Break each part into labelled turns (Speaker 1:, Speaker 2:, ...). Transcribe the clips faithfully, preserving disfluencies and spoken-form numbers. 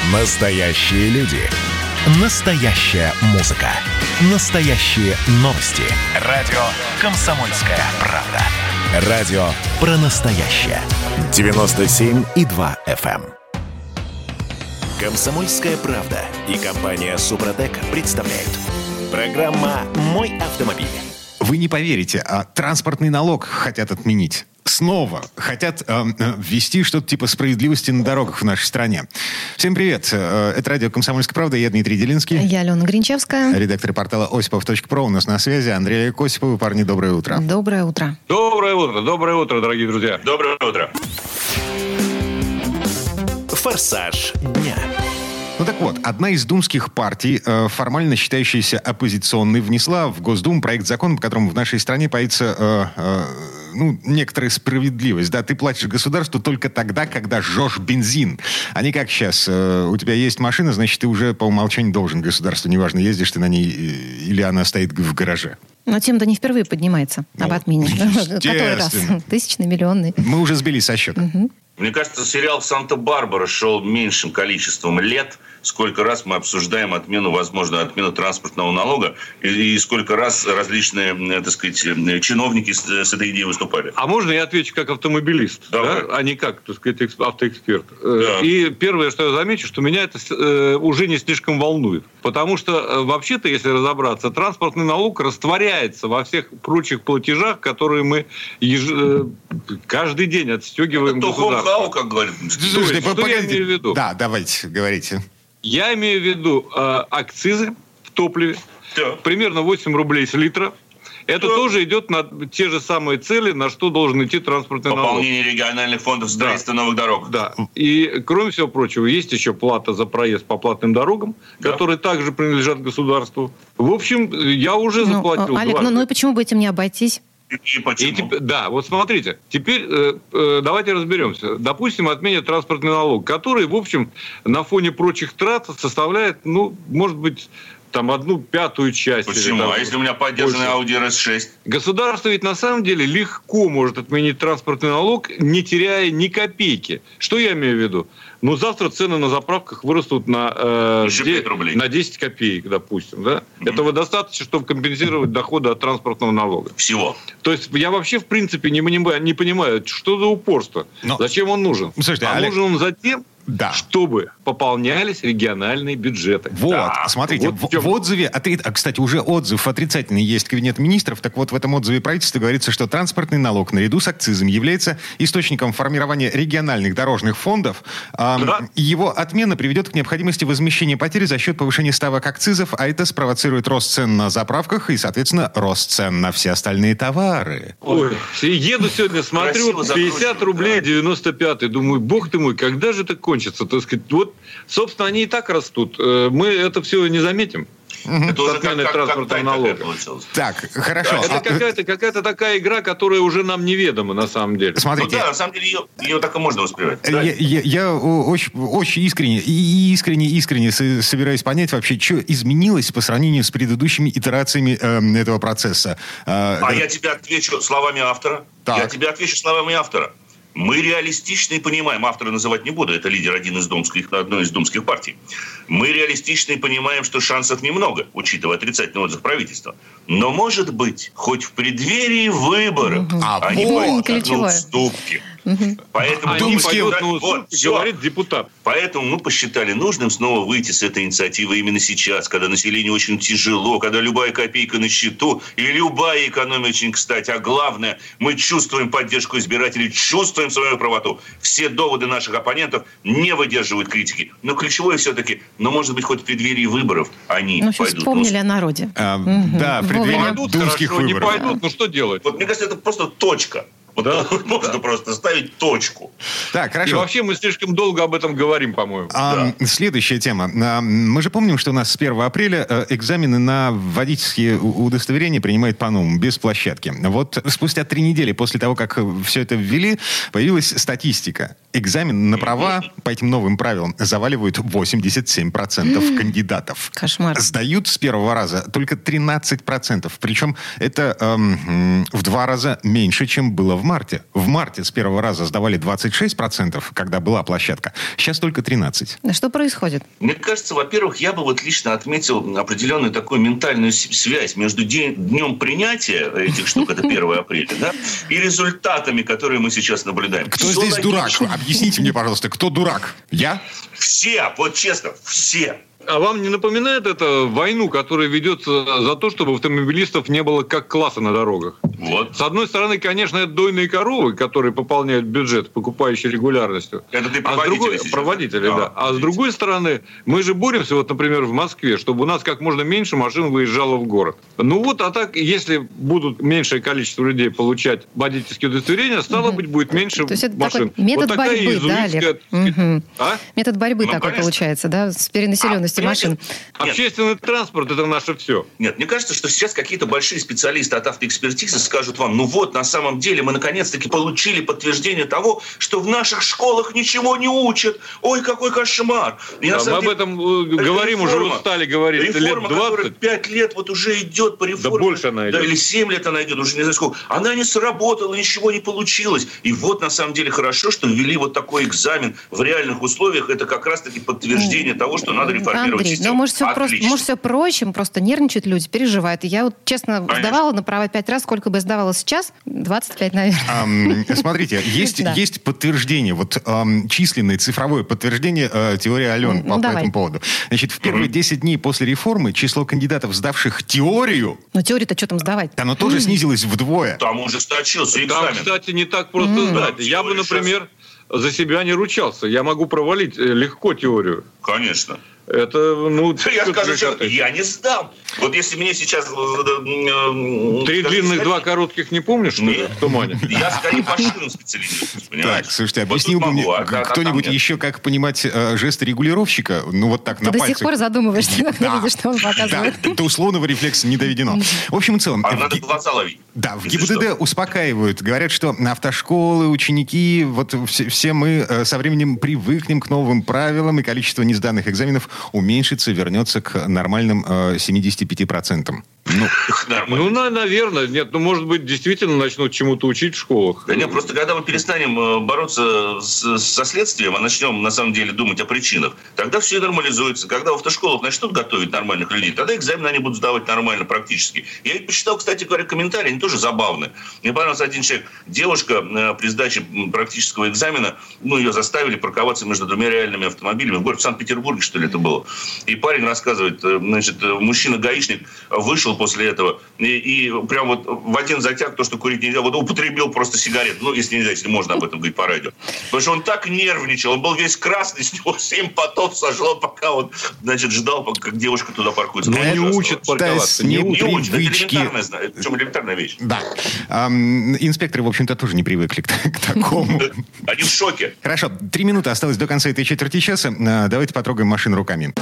Speaker 1: Настоящие люди. Настоящая музыка. Настоящие новости. Радио «Комсомольская правда». Радио про настоящее. девяносто семь и два эф эм. «Комсомольская правда» и компания «Супротек» представляют. Программа «Мой автомобиль».
Speaker 2: Вы не поверите, а транспортный налог хотят отменить. Снова хотят э, ввести что-то типа справедливости на дорогах в нашей стране. Всем привет. Это радио «Комсомольская правда». Я Дмитрий Делинский.
Speaker 3: Я Алена Гринчевская.
Speaker 2: Редактор портала осипов точка про. У нас на связи Андрей Олег Осипов. Парни, доброе утро.
Speaker 3: Доброе утро.
Speaker 4: Доброе утро. Доброе утро, дорогие друзья.
Speaker 5: Доброе утро.
Speaker 1: Форсаж дня.
Speaker 2: Ну так вот, одна из думских партий, э, формально считающаяся оппозиционной, внесла в Госдуму проект закона, по которому в нашей стране появится э, э, ну, некоторая справедливость. Да, ты платишь государству только тогда, когда жжешь бензин. А не как сейчас. Э, у тебя есть машина, значит, ты уже по умолчанию должен государству. Неважно, ездишь ты на ней или она стоит в гараже.
Speaker 3: Но тема-то не впервые поднимается ну, об отмене. Который раз? Тысячный, миллионный.
Speaker 2: Мы уже сбились со счета.
Speaker 3: Угу.
Speaker 5: Мне кажется, сериал «Санта-Барбара» шел меньшим количеством лет, сколько раз мы обсуждаем отмену, возможно, отмену транспортного налога, и, и сколько раз различные, так сказать, чиновники с, с этой идеей выступали.
Speaker 4: А можно я отвечу как автомобилист, да? Да? А не как, так сказать, автоэксперт? Да. И первое, что я замечу, что меня это э, уже не слишком волнует. Потому что, э, вообще-то, если разобраться, транспортный налог растворяется во всех прочих платежах, которые мы еж... э, каждый день отстегиваем государству.
Speaker 5: Как говорит.
Speaker 2: Слушайте,
Speaker 4: что я имею в виду?
Speaker 2: Да, давайте, говорите.
Speaker 4: Я имею в виду э, акцизы в топливе.
Speaker 5: Да.
Speaker 4: Примерно восемь рублей с литра. Это да. тоже идет на те же самые цели, на что должен идти транспортный налог.
Speaker 5: Пополнение региональных фондов строительства да. новых дорог.
Speaker 4: Да. И, кроме всего прочего, есть еще плата за проезд по платным дорогам, да. которые также принадлежат государству. В общем, я уже ну, заплатил.
Speaker 3: Олег, ну, ну и почему бы этим не обойтись?
Speaker 5: И почему?
Speaker 4: И теперь, да, вот смотрите, теперь э, э, давайте разберемся. Допустим, отменят транспортный налог, который, в общем, на фоне прочих трат составляет, ну, может быть, там одну пятую часть.
Speaker 5: Почему? Или, там, а если у меня поддержанный Audi эр эс шесть?
Speaker 4: Государство ведь на самом деле легко может отменить транспортный налог, не теряя ни копейки. Что я имею в виду? Ну, завтра цены на заправках вырастут на, э, де- на десять копеек, допустим. Да? Mm-hmm. Этого достаточно, чтобы компенсировать доходы от транспортного налога.
Speaker 5: Всего.
Speaker 4: То есть я вообще, в принципе, не понимаю, не понимаю что за упорство. Но... Зачем он нужен?
Speaker 2: Слушайте,
Speaker 4: а
Speaker 2: Олег...
Speaker 4: нужен он за тем,
Speaker 2: да.
Speaker 4: чтобы пополнялись региональные бюджеты.
Speaker 2: Вот,
Speaker 4: да.
Speaker 2: смотрите, вот в, в отзыве, а, кстати, уже отзыв отрицательный есть Кабинет министров, так вот в этом отзыве правительства говорится, что транспортный налог наряду с акцизом является источником формирования региональных дорожных фондов. А, да. Его отмена приведет к необходимости возмещения потерь за счет повышения ставок акцизов, а это спровоцирует рост цен на заправках и, соответственно, рост цен на все остальные товары.
Speaker 4: Ой, еду сегодня, смотрю, пятьдесят рублей девяносто пятый, думаю, бог ты мой, когда же это кончится? Так сказать, вот, собственно, они и так растут. Мы это все не заметим.
Speaker 5: Это уже как, как, как налога.
Speaker 2: Так, хорошо.
Speaker 4: Да, это
Speaker 2: а,
Speaker 4: какая-то, какая-то такая игра, которая уже нам неведома на самом деле.
Speaker 2: Смотрите.
Speaker 5: Ну да, на самом деле ее, ее так и можно воспринимать. Да?
Speaker 2: Я, я, я очень, очень искренне и искренне, искренне собираюсь понять вообще, что изменилось по сравнению с предыдущими итерациями э, этого процесса.
Speaker 5: А э, я тебе отвечу словами автора. Так. Я тебе отвечу словами автора. Мы реалистично и понимаем, автора называть не буду, это лидер один из думских, одной из думских партий. Мы реалистично и понимаем, что шансов немного, учитывая отрицательный отзыв правительства. Но, может быть, хоть в преддверии выборов
Speaker 3: угу.
Speaker 5: а они пойдут на уступки.
Speaker 3: Угу.
Speaker 5: Поэтому
Speaker 4: они
Speaker 5: пойдут,
Speaker 4: на уступки, вот, говорит депутат.
Speaker 5: Поэтому мы посчитали нужным снова выйти с этой инициативы именно сейчас, когда населению очень тяжело, когда любая копейка на счету, и любая экономия очень кстати. А главное, мы чувствуем поддержку избирателей, чувствуем свою правоту. Все доводы наших оппонентов не выдерживают критики. Но ключевое все-таки, ну, может быть, хоть в преддверии выборов они
Speaker 3: ну,
Speaker 5: пойдут.
Speaker 3: Вспомнили о народе.
Speaker 2: А, угу. Да, в преддверии
Speaker 4: пойдут,
Speaker 2: думских
Speaker 4: хорошо,
Speaker 2: выборов.
Speaker 4: Не пойдут, ну что делать?
Speaker 5: Вот мне кажется, это просто точка. Вот да, можно да. просто ставить точку.
Speaker 2: Так, хорошо.
Speaker 4: И вообще мы слишком долго об этом говорим, по-моему.
Speaker 2: А, да. Следующая тема. Мы же помним, что у нас с первого апреля экзамены на водительские удостоверения принимают по-новому, без площадки. Вот спустя три недели после того, как все это ввели, появилась статистика. Экзамен на права по этим новым правилам заваливают восемьдесят семь процентов кандидатов.
Speaker 3: Кошмар.
Speaker 2: Сдают с первого раза только тринадцать процентов. Причем это эм, в два раза меньше, чем было в марте. В марте с первого раза сдавали двадцать шесть процентов, когда была площадка. Сейчас только тринадцать процентов.
Speaker 3: Что происходит?
Speaker 5: Мне кажется, во-первых, я бы вот лично отметил определенную такую ментальную связь между день, днем принятия этих штук, это первое апреля, да, и результатами, которые мы сейчас наблюдаем.
Speaker 2: Кто Все здесь логично. Дурак? Объясните мне, пожалуйста, кто дурак? Я?
Speaker 5: Все, вот честно, все.
Speaker 4: А вам не напоминает это войну, которая ведется за то, чтобы автомобилистов не было как класса на дорогах?
Speaker 5: Вот.
Speaker 4: С одной стороны, конечно, это дойные коровы, которые пополняют бюджет, покупающие регулярностью.
Speaker 5: Это ты
Speaker 4: а
Speaker 5: проводители
Speaker 4: другой,
Speaker 5: сейчас.
Speaker 4: Проводители, да. да. А с другой стороны, мы же боремся, вот, например, в Москве, чтобы у нас как можно меньше машин выезжало в город. Ну вот, а так, если будут меньшее количество людей получать водительские удостоверения, стало угу. быть, будет меньше
Speaker 3: То есть это
Speaker 4: машин.
Speaker 3: Такой метод
Speaker 4: вот
Speaker 3: борьбы, да, Олег? Угу.
Speaker 4: А?
Speaker 3: Метод борьбы
Speaker 5: ну,
Speaker 3: такой
Speaker 5: конечно.
Speaker 3: Получается, да, с перенаселенностью
Speaker 5: а,
Speaker 3: машин.
Speaker 5: Нет.
Speaker 4: Общественный транспорт – это наше все.
Speaker 5: Нет, мне кажется, что сейчас какие-то большие специалисты от автоэкспертизы скажут вам, ну вот, на самом деле мы наконец-таки получили подтверждение того, что в наших школах ничего не учат. Ой, какой кошмар. И,
Speaker 4: да, мы деле, об этом говорим, реформа, уже устали говорить
Speaker 5: реформа,
Speaker 4: лет двадцать.
Speaker 5: Которая пять лет вот уже идет по реформе.
Speaker 4: Да больше она идет.
Speaker 5: Да, или семь лет она идет, уже не знаю сколько. Она не сработала, ничего не получилось. И вот, на самом деле, хорошо, что ввели вот такой экзамен в реальных условиях. Это как раз-таки подтверждение того, что надо реформировать
Speaker 3: Андрей,
Speaker 5: систему.
Speaker 3: Ну, может, все просто, может, все проще, просто нервничают люди, переживают. И я вот, честно, Конечно. сдавала на права пять раз, сколько бы сдавала сейчас? двадцать пять, наверное.
Speaker 2: Um, смотрите, есть, да. есть подтверждение, вот um, численное, цифровое подтверждение uh, теории Алены по, по этому поводу. Значит, в первые десять дней после реформы число кандидатов, сдавших теорию...
Speaker 3: Ну, теорию-то что там сдавать?
Speaker 2: Оно тоже mm. снизилось вдвое.
Speaker 5: Там ужесточился экзамен.
Speaker 4: Там, кстати, не так просто mm. сдать. Да, я бы, например, сейчас... за себя не ручался. Я могу провалить легко теорию.
Speaker 5: Конечно.
Speaker 4: Это, ну...
Speaker 5: Я скажу, что я не сдам. Вот если мне сейчас...
Speaker 4: Три длинных, два коротких не помнишь, что ли, в тумане?
Speaker 5: Я скорее по шинам специализируюсь, понимаешь?
Speaker 2: Так, слушайте, объяснил бы мне кто-нибудь еще, как понимать жесты регулировщика? Ну, вот так, на пальцах.
Speaker 3: Ты до сих пор задумываешься, когда видишь, что он показывает.
Speaker 2: До условного рефлекса не доведено. В общем и целом...
Speaker 5: А надо глаза ловить.
Speaker 2: Да, в ГИБДД успокаивают. Говорят, что автошколы, ученики, вот все мы со временем привыкнем к новым правилам, и количество несданных экзаменов уменьшится, вернется к нормальным э, семидесяти пяти процентам.
Speaker 4: Ну, ну, наверное. Нет, ну, может быть, действительно начнут чему-то учить в школах.
Speaker 5: Да нет, просто когда мы перестанем бороться с, со следствием, а начнем, на самом деле, думать о причинах, тогда все нормализуется. Когда в автошколах начнут готовить нормальных людей, тогда экзамены они будут сдавать нормально практически. Я ведь почитал, кстати говоря, комментарии, они тоже забавные. Мне понравился один человек. Девушка при сдаче практического экзамена, ну, ее заставили парковаться между двумя реальными автомобилями. В городе Санкт-Петербурге, что ли, это было. И парень рассказывает, значит, мужчина-гаишник вышел после этого и, и прям вот в один затяг то, что курить нельзя, вот употребил просто сигарету. Ну, если нельзя, если можно об этом говорить по радио. Потому что он так нервничал, он был весь красный, с него семь потов сошло, пока он, значит, ждал, как девушка туда паркуется.
Speaker 4: Ну, не учат парковаться.
Speaker 5: Не, не учат. Это элементарная, причем элементарная вещь.
Speaker 2: Да. Эм, инспекторы, в общем-то, тоже не привыкли к, к такому.
Speaker 5: Они в шоке.
Speaker 2: Хорошо. Три минуты осталось до конца этой четверти часа. Давайте потрогаем машину руками.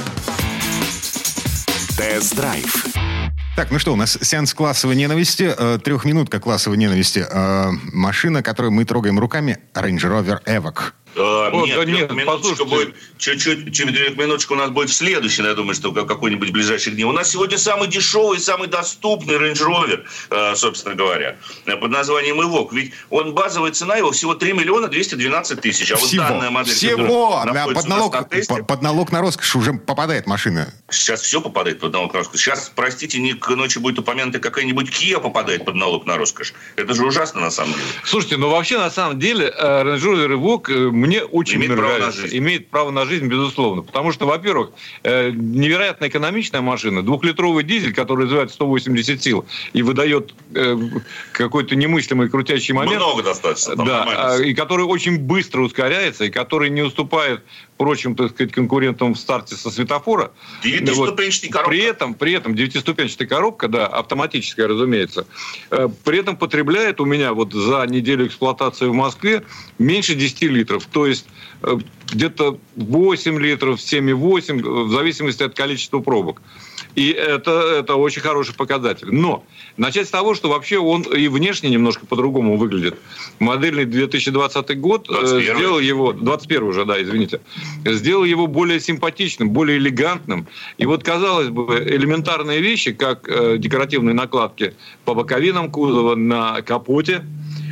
Speaker 1: Тест-драйв.
Speaker 2: Так, ну что, у нас сеанс классовой ненависти. Э, трехминутка классовой ненависти. Э, машина, которую мы трогаем руками, Range Rover Evoque.
Speaker 5: Uh,
Speaker 4: О,
Speaker 5: нет,
Speaker 4: да нет,
Speaker 5: минуточку будет, чуть-чуть, чуть минуточку у нас будет в следующий, я думаю, что какой-нибудь ближайший дни. У нас сегодня самый дешевый, самый доступный Range Rover, uh, собственно говоря, под названием Evoque. Ведь он, базовая цена его всего три миллиона двести двенадцать тысяч. А
Speaker 2: всего,
Speaker 5: вот данная модель,
Speaker 2: всего! На, под, налог, на тесте, под налог на роскошь уже попадает машина.
Speaker 5: Сейчас все попадает под налог на роскошь. Сейчас, простите, не к ночи будет упомянута какая-нибудь Kia попадает под налог на роскошь. Это же ужасно на самом деле.
Speaker 4: Слушайте, ну вообще на самом деле Range Rover Evoque мне очень
Speaker 5: Имеет
Speaker 4: нравится.
Speaker 5: Право на жизнь.
Speaker 4: Имеет право на жизнь, безусловно. Потому что, во-первых, невероятно экономичная машина. Двухлитровый дизель, который развивает сто восемьдесят сил и выдает какой-то немыслимый крутящий момент.
Speaker 5: Много достаточно.
Speaker 4: Да, и который очень быстро ускоряется, и который не уступает прочим, так сказать, конкурентам в старте со светофора.
Speaker 5: Девятиступенчатая коробка.
Speaker 4: При этом, при этом девятиступенчатая коробка, да, автоматическая, разумеется, при этом потребляет у меня вот за неделю эксплуатации в Москве меньше десяти литров. То есть где-то восемь литров, семь и восемь, в зависимости от количества пробок. И это, это очень хороший показатель. Но начать с того, что вообще он и внешне немножко по-другому выглядит. Модельный две тысячи двадцатый год двадцать первый. Сделал его... двадцать первый уже, да, извините. Сделал его более симпатичным, более элегантным. И вот, казалось бы, элементарные вещи, как э, декоративные накладки по боковинам кузова, на капоте,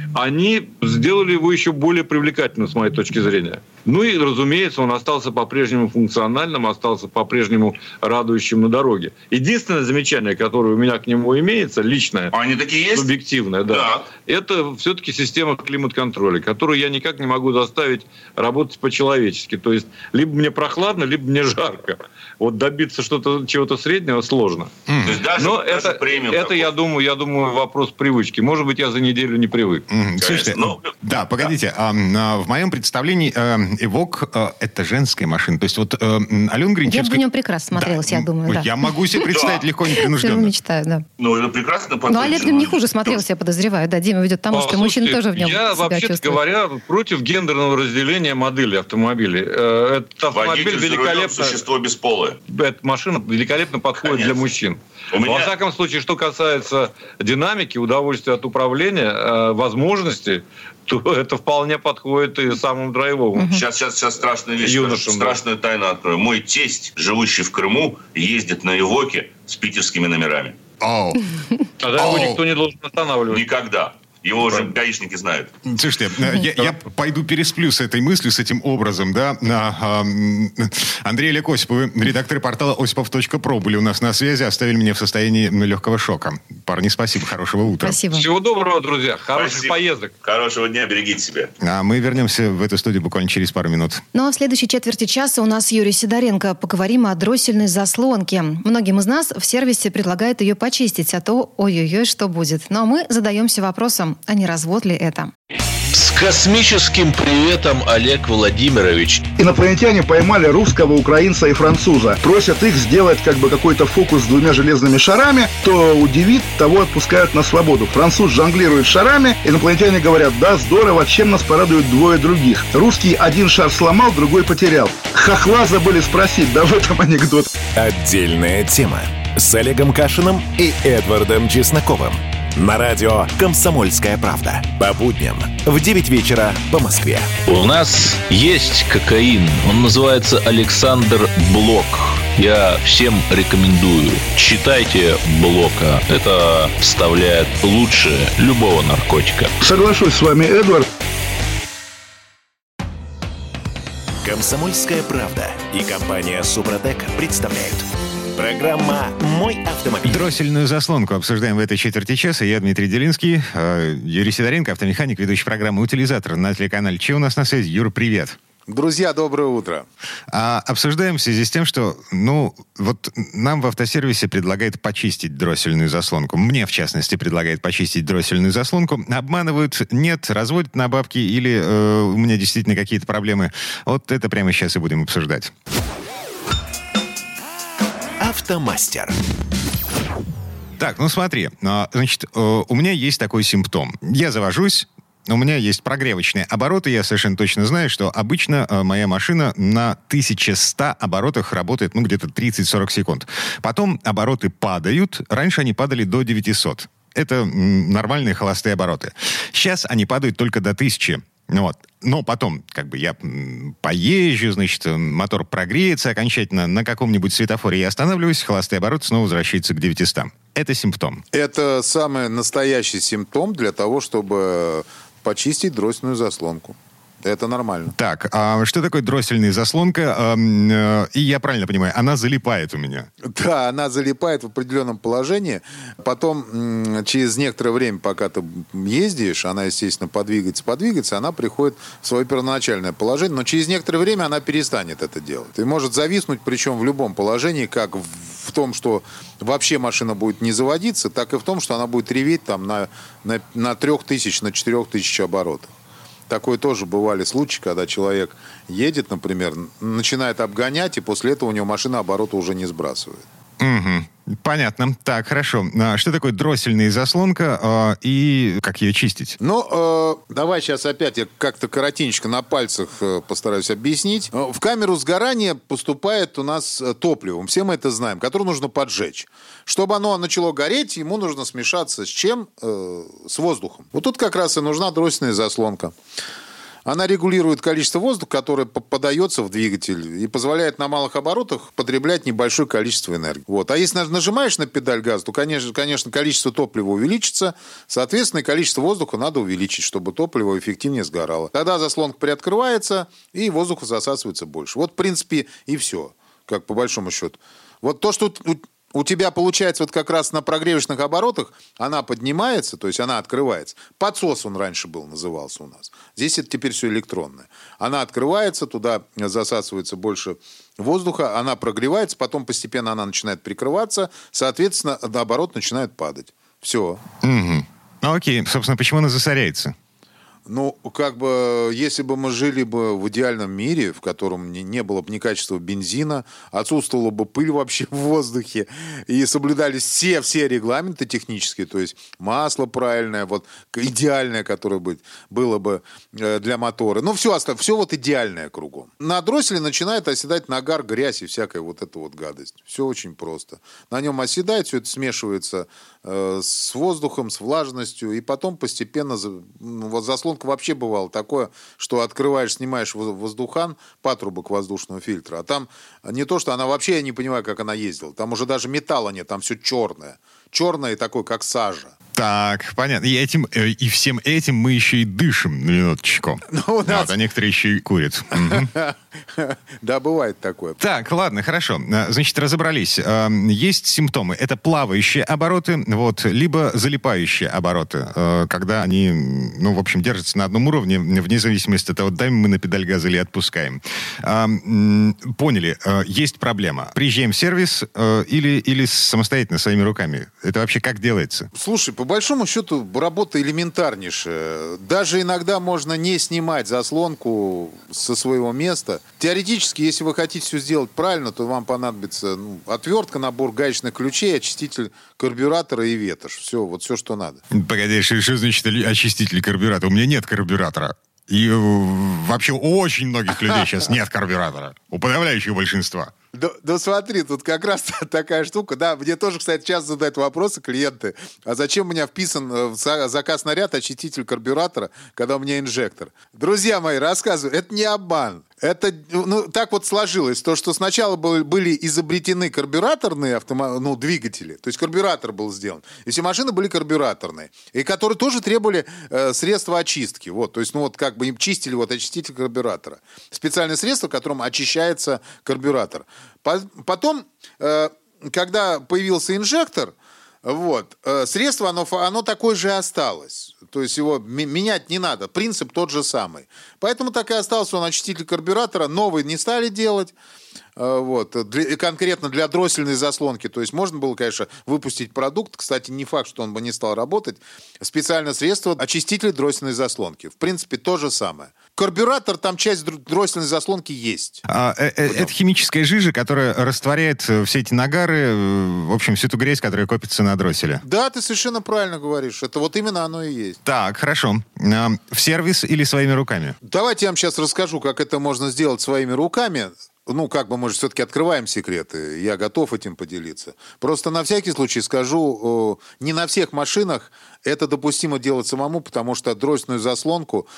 Speaker 4: они сделали его еще более привлекательным, с моей точки зрения. Ну и, разумеется, он остался по-прежнему функциональным, остался по-прежнему радующим на дороге. Единственное замечание, которое у меня к нему имеется, личное,
Speaker 5: они такие есть?
Speaker 4: Субъективное, да, да, это все-таки система климат-контроля, которую я никак не могу заставить работать по-человечески. То есть, либо мне прохладно, либо мне жарко. Вот добиться что-то, чего-то среднего сложно.
Speaker 5: Mm. То есть даже,
Speaker 4: Но
Speaker 5: даже
Speaker 4: это, это я, думаю, я думаю, вопрос привычки. Может быть, я за неделю не привык.
Speaker 2: Mm. Слушайте, ну, да, погодите. Да. А, в моем представлении Эвок а, – это женская машина. То есть вот а, Алена Гринчевская...
Speaker 3: Я бы в нем прекрасно смотрелась, да, я думаю. Да.
Speaker 2: Я могу себе представить легко, непринужденно.
Speaker 3: Все мечтаю, да.
Speaker 5: Ну, это прекрасно.
Speaker 3: Но Олег в нем не хуже смотрелся, я подозреваю. Да, Дима ведет к тому, что мужчины тоже в нем
Speaker 4: я,
Speaker 3: себя
Speaker 4: вообще-то
Speaker 3: чувствуют.
Speaker 4: говоря, против гендерного разделения моделей автомобилей. Этот автомобиль
Speaker 5: Водитель
Speaker 4: великолепно...
Speaker 5: существо бесполое.
Speaker 4: Эта машина великолепно подходит Конечно. Для мужчин. У меня... Во всяком случае, что касается динамики, удовольствия от управления, э, возможностей, то это вполне подходит и самому драйвовому.
Speaker 5: Угу. Сейчас, сейчас, сейчас страшная вещь, Юношам, страшную да. тайну открою. Мой тесть, живущий в Крыму, ездит на Эвоке с питерскими номерами.
Speaker 2: Оу.
Speaker 4: Тогда его никто не должен останавливать.
Speaker 5: Никогда. Его уже гаишники знают.
Speaker 2: Слушайте, я, я пойду пересплю с этой мыслью, с этим образом, да. Андрей Олег Осипов, редактор портала осипов точка про были у нас на связи, оставили меня в состоянии легкого шока. Парни, спасибо, хорошего утра.
Speaker 3: Спасибо.
Speaker 4: Всего доброго, друзья. Хороших спасибо. Поездок.
Speaker 5: Хорошего дня, берегите себя.
Speaker 2: А мы вернемся в эту студию буквально через пару минут.
Speaker 3: Ну а в следующей четверти часа у нас Юрий Сидоренко. Поговорим о дроссельной заслонке. Многим из нас в сервисе предлагают ее почистить, а то ой-ой-ой, что будет. Ну а мы задаемся вопросом, а не развод ли это?
Speaker 6: С космическим приветом, Олег Владимирович.
Speaker 7: Инопланетяне поймали русского, украинца и француза. Просят их сделать как бы какой-то фокус с двумя железными шарами. Кто удивит, того отпускают на свободу. Француз жонглирует шарами. Инопланетяне говорят: да, здорово, чем нас порадуют двое других. Русский один шар сломал, другой потерял. Хохла забыли спросить, да в этом анекдот.
Speaker 1: Отдельная тема с Олегом Кашиным и Эдвардом Чесноковым. На радио «Комсомольская правда». По будням в девять вечера по Москве.
Speaker 6: У нас есть кокаин. Он называется Александр Блок. Я всем рекомендую. Читайте Блока. Это вставляет лучше любого наркотика.
Speaker 7: Соглашусь с вами, Эдвард.
Speaker 1: «Комсомольская правда» и компания «Супротек» представляют. Программа «Мой автомобиль».
Speaker 2: Дроссельную заслонку обсуждаем в этой четверти часа. Я Дмитрий Делинский, Юрий Сидоренко, автомеханик, ведущий программы «Утилизатор» на телеканале Че у нас на связи. Юр, привет.
Speaker 8: Друзья, доброе утро.
Speaker 2: А, обсуждаем в связи с тем, что, ну, вот нам в автосервисе предлагают почистить дроссельную заслонку. Мне, в частности, предлагают почистить дроссельную заслонку. Обманывают, нет, разводят на бабки или э, у меня действительно какие-то проблемы. Вот это прямо сейчас и будем обсуждать.
Speaker 1: Автомастер.
Speaker 2: Так, ну смотри, значит, у меня есть такой симптом. Я завожусь, у меня есть прогревочные обороты, я совершенно точно знаю, что обычно моя машина на тысяча сто оборотах работает, ну, где-то тридцать-сорок секунд. Потом обороты падают, раньше они падали до девятисот. Это нормальные холостые обороты. Сейчас они падают только до тысячи. Вот. Но потом, как бы, я поезжу, значит, мотор прогреется окончательно, на каком-нибудь светофоре я останавливаюсь, холостые обороты снова возвращаются к девятистам. Это симптом.
Speaker 8: Это самый настоящий симптом для того, чтобы почистить дроссельную заслонку. Это нормально.
Speaker 2: Так, а что такое дроссельная заслонка? И я правильно понимаю, она залипает у меня?
Speaker 8: Да, она залипает в определенном положении. Потом, через некоторое время, пока ты ездишь, она, естественно, подвигается, подвигается, она приходит в свое первоначальное положение, но через некоторое время она перестанет это делать. И может зависнуть, причем в любом положении, как в том, что вообще машина будет не заводиться, так и в том, что она будет реветь там на, на, на трех тысяч, на четырех тысяч оборотов. Такое тоже бывали случаи, когда человек едет, например, начинает обгонять, и после этого у него машина обороты уже не сбрасывает.
Speaker 2: Угу. Понятно. Так, хорошо. А что такое дроссельная заслонка э, и как ее чистить?
Speaker 8: Ну, э, давай сейчас опять я как-то коротенько на пальцах э, постараюсь объяснить. В камеру сгорания поступает у нас топливо, все мы это знаем, которое нужно поджечь. Чтобы оно начало гореть, ему нужно смешаться с чем? Э, с воздухом. Вот тут как раз и нужна дроссельная заслонка. Она регулирует количество воздуха, которое подается в двигатель, и позволяет на малых оборотах потреблять небольшое количество энергии. Вот. А если нажимаешь на педаль газа, то, конечно, конечно, количество топлива увеличится, соответственно, количество воздуха надо увеличить, чтобы топливо эффективнее сгорало. Тогда заслонка приоткрывается, и воздуха засасывается больше. Вот, в принципе, и все, как по большому счету. Вот то, что у тебя получается вот как раз на прогревочных оборотах, она поднимается, то есть она открывается. Подсос он раньше был, назывался у нас. Здесь это теперь все электронное. Она открывается, туда засасывается больше воздуха, она прогревается, потом постепенно она начинает прикрываться, соответственно, оборот начинает падать. Все.
Speaker 2: Угу. Ну окей, собственно, почему она засоряется?
Speaker 8: Ну, как бы, если бы мы жили бы в идеальном мире, в котором не, не было бы ни качества бензина, отсутствовала бы пыль вообще в воздухе, и соблюдались все, все регламенты технические, то есть масло правильное, вот идеальное, которое бы, было бы для мотора. Ну, все, все вот идеальное кругом. На дросселе начинает оседать нагар, грязь и всякая вот эта вот гадость. Все очень просто. На нем оседает, все это смешивается э, с воздухом, с влажностью, и потом постепенно вот заслон вообще бывало такое, что открываешь, снимаешь воздухан, патрубок воздушного фильтра, а там не то, что она вообще, я не понимаю, как она ездила, там уже даже металла нет, там все черное. Черное и такое, как сажа.
Speaker 2: Так, понятно. И, этим, и всем этим мы еще и дышим, на минуточку. Ну, нас... вот, а некоторые еще и курят.
Speaker 8: Да, бывает такое.
Speaker 2: Так, ладно, хорошо. Значит, разобрались. Есть симптомы. Это плавающие обороты, вот, либо залипающие обороты, когда они, ну, в общем, держатся на одном уровне, вне зависимости от того, даем мы на педаль газа или отпускаем. Поняли, есть проблема. Приезжаем в сервис или, или самостоятельно, своими руками. Это вообще как делается?
Speaker 8: Слушай, по большому счету работа элементарнейшая. Даже иногда можно не снимать заслонку со своего места. Теоретически, если вы хотите все сделать правильно, то вам понадобится ну, отвертка, набор гаечных ключей, очиститель карбюратора и ветошь. Все, вот все, что надо.
Speaker 2: Погоди, что, что значит очиститель карбюратора? У меня нет карбюратора. И вообще у очень многих людей сейчас нет карбюратора. У подавляющего большинства.
Speaker 8: Да, да смотри, тут как раз такая штука. Да, мне тоже, кстати, часто задают вопросы клиенты. А зачем у меня вписан в заказ на ряд очиститель карбюратора, когда у меня инжектор? Друзья мои, рассказываю, это не обман. Это, ну, так вот сложилось, то, что сначала были изобретены карбюраторные автомо... ну, двигатели, то есть карбюратор был сделан, и все машины были карбюраторные, и которые тоже требовали э, средства очистки, вот, то есть, ну, вот как бы им чистили вот очиститель карбюратора. Специальное средство, которым очищается карбюратор. Потом, э, когда появился инжектор, вот, э, средство, оно, оно такое же и осталось. То есть его менять не надо. Принцип тот же самый. Поэтому так и остался он очиститель карбюратора. Новый не стали делать. Вот. Для, конкретно для дроссельной заслонки. То есть можно было, конечно, выпустить продукт. Кстати, не факт, что он бы не стал работать. Специальное средство очиститель дроссельной заслонки. В принципе, то же самое. Карбюратор, там часть дроссельной заслонки есть.
Speaker 2: А, э, э, это химическая жижа, которая растворяет все эти нагары, в общем, всю эту грязь, которая копится на дросселе.
Speaker 8: Да, ты совершенно правильно говоришь. Это вот именно оно и есть.
Speaker 2: Так, хорошо. В сервис или своими руками?
Speaker 8: Давайте я вам сейчас расскажу, как это можно сделать своими руками. Ну, как бы мы же все-таки открываем секреты. Я готов этим поделиться. Просто на всякий случай скажу, не на всех машинах это допустимо делать самому, потому что дроссельную заслонку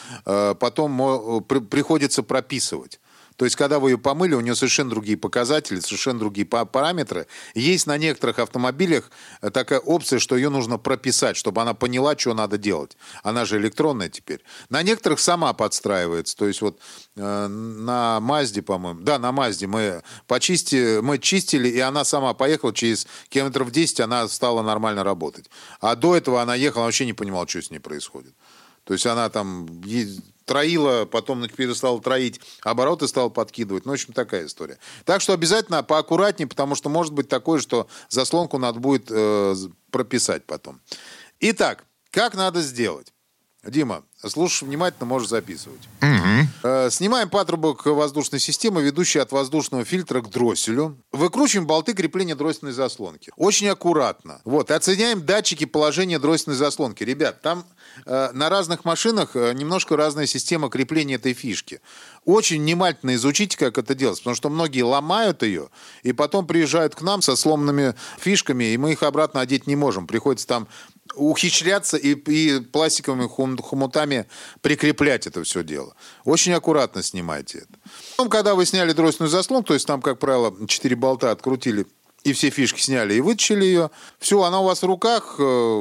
Speaker 8: потом приходится прописывать. То есть, когда вы ее помыли, у нее совершенно другие показатели, совершенно другие параметры. Есть на некоторых автомобилях такая опция, что ее нужно прописать, чтобы она поняла, что надо делать. Она же электронная теперь. На некоторых сама подстраивается. То есть, вот э, на Мазде, по-моему, да, на Мазде мы, почисти, мы чистили, и она сама поехала, через километров десять она стала нормально работать. А до этого она ехала, она вообще не понимала, что с ней происходит. То есть, она там... троила, потом перестала троить, обороты стала подкидывать. Ну, в общем, такая история. Так что обязательно поаккуратнее, потому что может быть такое, что заслонку надо будет э, прописать потом. Итак, как надо сделать? Дима, слушай внимательно, можешь записывать.
Speaker 2: Угу.
Speaker 8: Э, снимаем патрубок воздушной системы, ведущий от воздушного фильтра к дросселю. Выкручиваем болты крепления дроссельной заслонки. Очень аккуратно. Вот, отсоединяем датчики положения дроссельной заслонки. Ребят, там э, на разных машинах э, немножко разная система крепления этой фишки. Очень внимательно изучите, как это делать, потому что многие ломают ее, и потом приезжают к нам со сломанными фишками, и мы их обратно одеть не можем. Приходится там ухищряться и, и пластиковыми хум, хомутами прикреплять это все дело. Очень аккуратно снимайте это. Потом, когда вы сняли дроссельную заслонку, то есть там, как правило, четыре болта открутили, и все фишки сняли и вытащили ее. Все, она у вас в руках.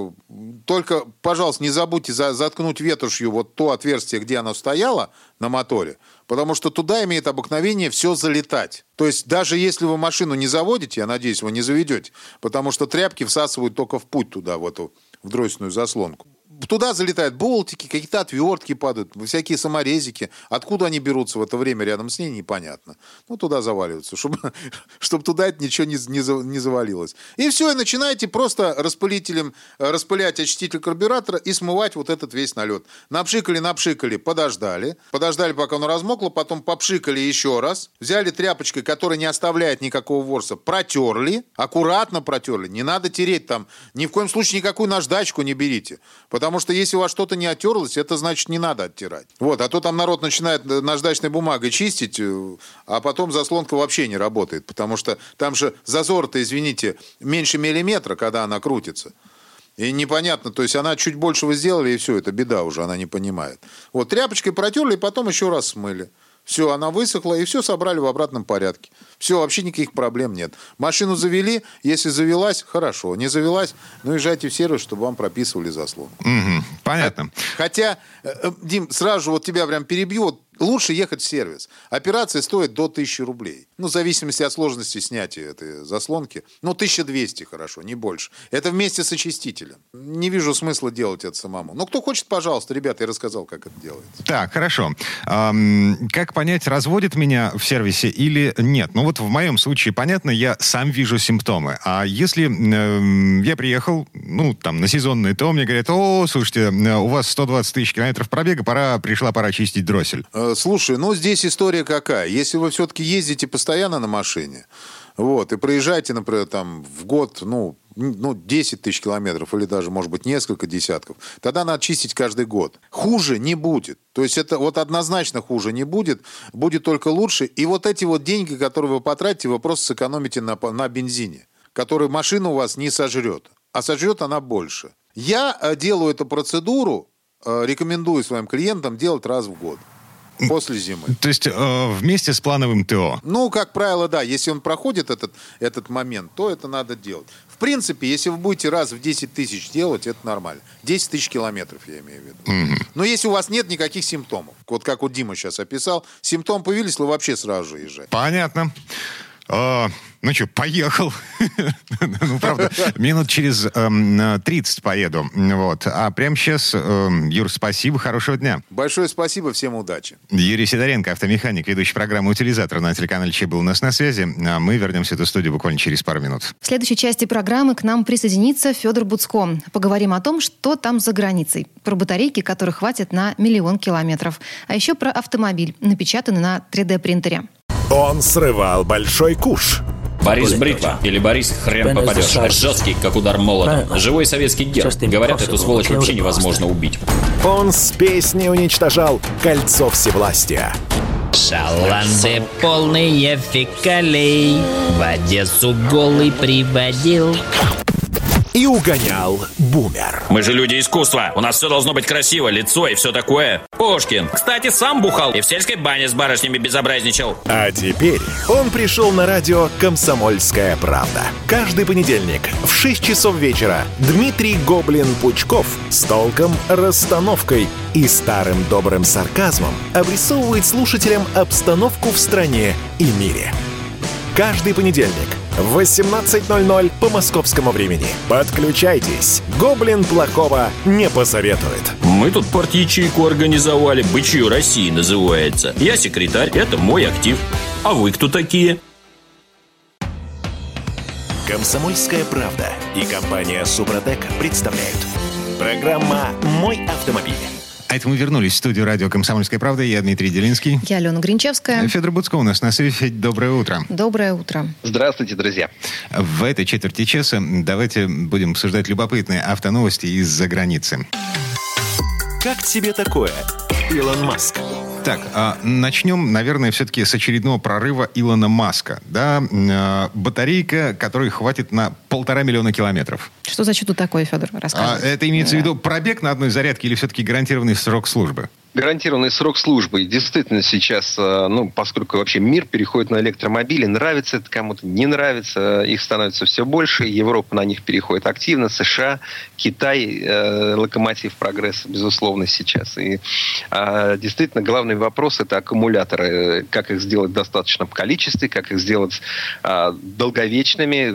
Speaker 8: Только, пожалуйста, не забудьте за, заткнуть ветошью вот то отверстие, где она стояла на моторе, потому что туда имеет обыкновение все залетать. То есть даже если вы машину не заводите, я надеюсь, вы не заведете, потому что тряпки всасывают только в путь туда, в эту в дроссельную заслонку. Туда залетают болтики, какие-то отвертки падают, всякие саморезики. Откуда они берутся в это время рядом с ней, непонятно. Ну, туда заваливаются, чтобы, чтобы туда это ничего не, не, не завалилось. И все, и начинаете просто распылителем распылять очиститель карбюратора и смывать вот этот весь налет. Напшикали, напшикали, подождали. Подождали, пока оно размокло, потом попшикали еще раз. Взяли тряпочкой, которая не оставляет никакого ворса, протерли, аккуратно протерли. Не надо тереть там, ни в коем случае никакую наждачку не берите. Потому Потому что если у вас что-то не оттерлось, это значит не надо оттирать. Вот, а то там народ начинает наждачной бумагой чистить, а потом заслонка вообще не работает. Потому что там же зазор-то, извините, меньше миллиметра, когда она крутится. И непонятно, то есть она чуть больше вы сделали, и все, это беда уже, она не понимает. Вот, тряпочкой протерли, и потом еще раз смыли. Все, она высохла, и все собрали в обратном порядке. Все, вообще никаких проблем нет. Машину завели, если завелась, хорошо. Не завелась, ну езжайте в сервис, чтобы вам прописывали заслонку.
Speaker 2: Угу, понятно.
Speaker 8: Хотя, Дим, сразу же вот тебя прям перебью, вот лучше ехать в сервис. Операция стоит до тысячи рублей. Ну, в зависимости от сложности снятия этой заслонки. Ну, тысяча двести, хорошо, не больше. Это вместе с очистителем. Не вижу смысла делать это самому. Но кто хочет, пожалуйста, ребята, я рассказал, как это делается.
Speaker 2: Так, хорошо. Эм, как понять, разводит меня в сервисе или нет? Ну, вот в моем случае, понятно, я сам вижу симптомы. А если э, я приехал, ну, там, на сезонный, то мне говорят: о, слушайте, у вас сто двадцать тысяч километров пробега, пора, пришла пора чистить дроссель.
Speaker 8: Слушай, ну здесь история какая. Если вы все-таки ездите постоянно на машине, вот, и проезжаете, например, там в год, ну, ну, десять тысяч километров или даже, может быть, несколько десятков, тогда надо чистить каждый год. Хуже не будет. То есть это вот однозначно хуже не будет, будет только лучше. И вот эти вот деньги, которые вы потратите, вы просто сэкономите на, на бензине, который машина у вас не сожрет, а сожрет она больше. Я делаю эту процедуру, рекомендую своим клиентам делать раз в год. После зимы.
Speaker 2: То есть э, вместе с плановым ТО?
Speaker 8: Ну, как правило, да. Если он проходит этот, этот момент, то это надо делать. В принципе, если вы будете раз в десять тысяч делать, это нормально. десять тысяч километров, я имею в виду. Mm-hmm. Но если у вас нет никаких симптомов, вот как вот Дима сейчас описал, симптом появились, вы вообще сразу же езжаете.
Speaker 2: Понятно. О, ну что, поехал. Ну, правда, минут через эм, тридцать поеду. Вот. А прямо сейчас, эм, Юр, спасибо, хорошего дня.
Speaker 8: Большое спасибо, всем удачи.
Speaker 2: Юрий Сидоренко, автомеханик, ведущий программы «Утилизатор» на телеканале Че был у нас на связи. А мы вернемся в эту студию буквально через пару минут.
Speaker 3: В следующей части программы к нам присоединится Федор Буцко. Поговорим о том, что там за границей. Про батарейки, которых хватит на миллион километров. А еще про автомобиль, напечатанный на три дэ-принтере.
Speaker 1: Он срывал большой куш.
Speaker 9: Борис Бритва или Борис Хрен попадешь. Жесткий, как удар молотом. Живой советский герб. Говорят, эту сволочь вообще невозможно убить.
Speaker 1: Он с песней уничтожал кольцо всевластия.
Speaker 10: Шаланды полные фекалей в Одессу голый приводил.
Speaker 1: И угонял бумер.
Speaker 9: Мы же люди искусства. У нас все должно быть красиво, лицо и все такое. Пушкин, кстати, сам бухал и в сельской бане с барышнями безобразничал.
Speaker 1: А теперь он пришел на радио «Комсомольская правда». Каждый понедельник в шесть часов вечера Дмитрий Гоблин-Пучков с толком, расстановкой и старым добрым сарказмом обрисовывает слушателям обстановку в стране и мире. Каждый понедельник в восемнадцать ноль ноль по московскому времени. Подключайтесь. Гоблин плохого не посоветует.
Speaker 9: Мы тут парт-ячейку организовали. «Бычье России» называется. Я секретарь, это мой актив. А вы кто такие?
Speaker 1: «Комсомольская правда» и компания «Супротек» представляют. Программа «Мой автомобиль».
Speaker 2: А это мы вернулись в студию радио «Комсомольская правда». Я Дмитрий Делинский.
Speaker 3: Я Алена Гринчевская.
Speaker 2: Федор Буцко у нас на связи. Федь, доброе утро.
Speaker 3: Доброе утро.
Speaker 11: Здравствуйте, друзья.
Speaker 2: В этой четверти часа давайте будем обсуждать любопытные автоновости из-за границы.
Speaker 1: Как тебе такое, Илон Маск?
Speaker 2: Так, начнем, наверное, все-таки с очередного прорыва Илона Маска. Да? Батарейка, которой хватит на полтора миллиона километров.
Speaker 3: Что за чудо такое, Федор? Расскажите.
Speaker 2: А, это имеется в виду пробег на одной зарядке или все-таки гарантированный срок службы?
Speaker 11: Гарантированный срок службы. Действительно сейчас, ну, поскольку вообще мир переходит на электромобили, нравится это кому-то, не нравится, их становится все больше, Европа на них переходит активно, США, Китай, э, локомотив прогресса, безусловно, сейчас. И э, действительно главный вопрос — это аккумуляторы. Как их сделать в достаточном количестве, как их сделать э, долговечными,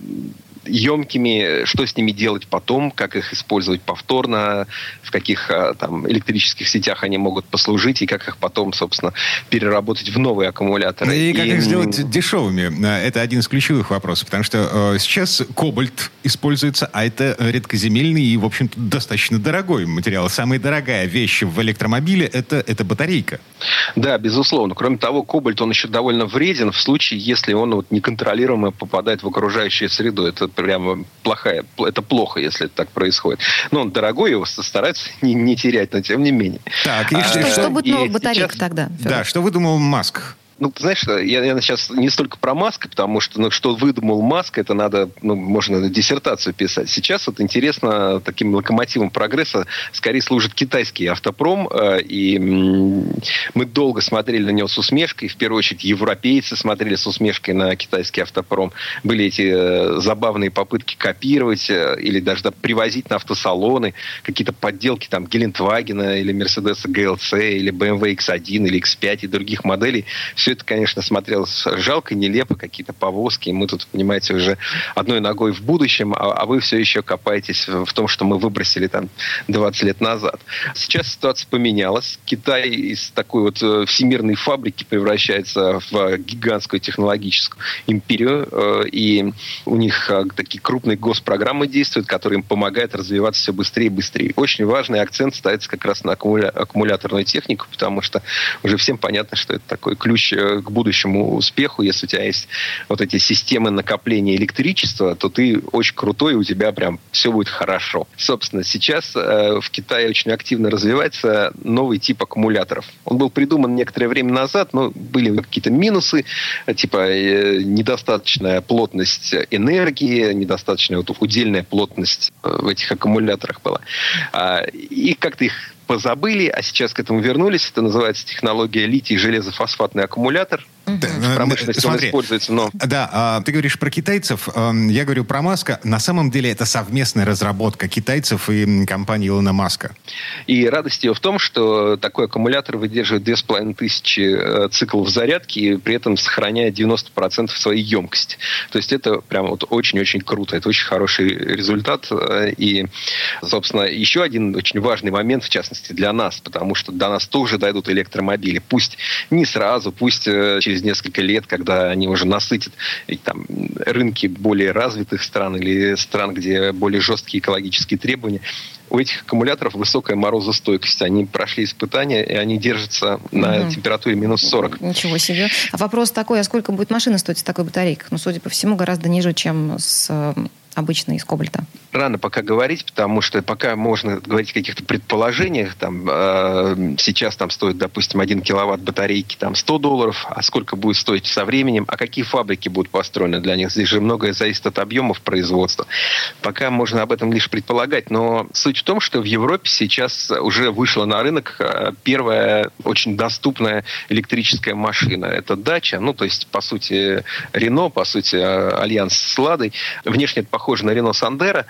Speaker 11: емкими, что с ними делать потом, как их использовать повторно, в каких там электрических сетях они могут послужить, и как их потом, собственно, переработать в новые аккумуляторы.
Speaker 2: И, и как их сделать
Speaker 11: и...
Speaker 2: дешевыми. Это один из ключевых вопросов, потому что э, сейчас кобальт используется, а это редкоземельный и, в общем-то, достаточно дорогой материал. Самая дорогая вещь в электромобиле это, — это батарейка.
Speaker 11: Да, безусловно. Кроме того, кобальт, он еще довольно вреден в случае, если он вот неконтролируемо попадает в окружающую среду. Это прямо плохая, это плохо, если это так происходит. Но он дорогой, его стараются не, не терять, но тем не менее.
Speaker 3: Так, и а, что, что будет новая батарейка сейчас... тогда? Федор?
Speaker 2: Да, что выдумал Маск?
Speaker 11: Ну, ты знаешь, я, я сейчас не столько про Маска, потому что, ну, что выдумал Маск, это надо, ну, можно диссертацию писать. Сейчас вот интересно, таким локомотивом прогресса скорее служит китайский автопром, э, и м- мы долго смотрели на него с усмешкой, в первую очередь европейцы смотрели с усмешкой на китайский автопром. Были эти э, забавные попытки копировать э, или даже да, привозить на автосалоны какие-то подделки там Гелендвагена или Мерседеса джи эл си или бэ эм вэ икс один или икс пять и других моделей. Все это, конечно, смотрелось жалко, нелепо, какие-то повозки. Мы тут, понимаете, уже одной ногой в будущем, а, а вы все еще копаетесь в, в том, что мы выбросили там двадцать лет назад. Сейчас ситуация поменялась. Китай из такой вот всемирной фабрики превращается в гигантскую технологическую империю. И у них такие крупные госпрограммы действуют, которые им помогают развиваться все быстрее и быстрее. Очень важный акцент ставится как раз на аккумуля... аккумуляторную технику, потому что уже всем понятно, что это такой ключ к будущему успеху. Если у тебя есть вот эти системы накопления электричества, то ты очень крутой, и у тебя прям все будет хорошо. Собственно, сейчас э, в Китае очень активно развивается новый тип аккумуляторов. Он был придуман некоторое время назад, но были какие-то минусы, типа э, недостаточная плотность энергии, недостаточная вот, удельная плотность в этих аккумуляторах была. А, и как-то их позабыли, а сейчас к этому вернулись. Это называется технология литий-железофосфатный аккумулятор. В промышленности он используется, но...
Speaker 2: Да, ты говоришь про китайцев, я говорю про Маска. На самом деле это совместная разработка китайцев и компании Илона Маска.
Speaker 11: И радость ее в том, что такой аккумулятор выдерживает две с половиной тысячи циклов зарядки и при этом сохраняет девяносто процентов своей емкости. То есть это прям вот очень-очень круто. Это очень хороший результат. И, собственно, еще один очень важный момент, в частности, для нас, потому что до нас тоже дойдут электромобили. Пусть не сразу, пусть через несколько лет, когда они уже насытят там, рынки более развитых стран или стран, где более жесткие экологические требования. У этих аккумуляторов высокая морозостойкость. Они прошли испытания, и они держатся на угу. температуре минус сорок.
Speaker 3: Ничего себе. А вопрос такой, а сколько будет машина стоить с такой батарейкой? Ну, судя по всему, гораздо ниже, чем с обычной из кобальта.
Speaker 11: Рано пока говорить, потому что пока можно говорить о каких-то предположениях. Там, э, сейчас там стоит, допустим, один киловатт батарейки там, сто долларов. А сколько будет стоить со временем? А какие фабрики будут построены для них? Здесь же многое зависит от объемов производства. Пока можно об этом лишь предполагать. Но суть в том, что в Европе сейчас уже вышла на рынок первая очень доступная электрическая машина. Это Dacia. Ну, то есть, по сути, Renault, по сути, альянс с Ладой. Внешне это похоже на Renault Sandero,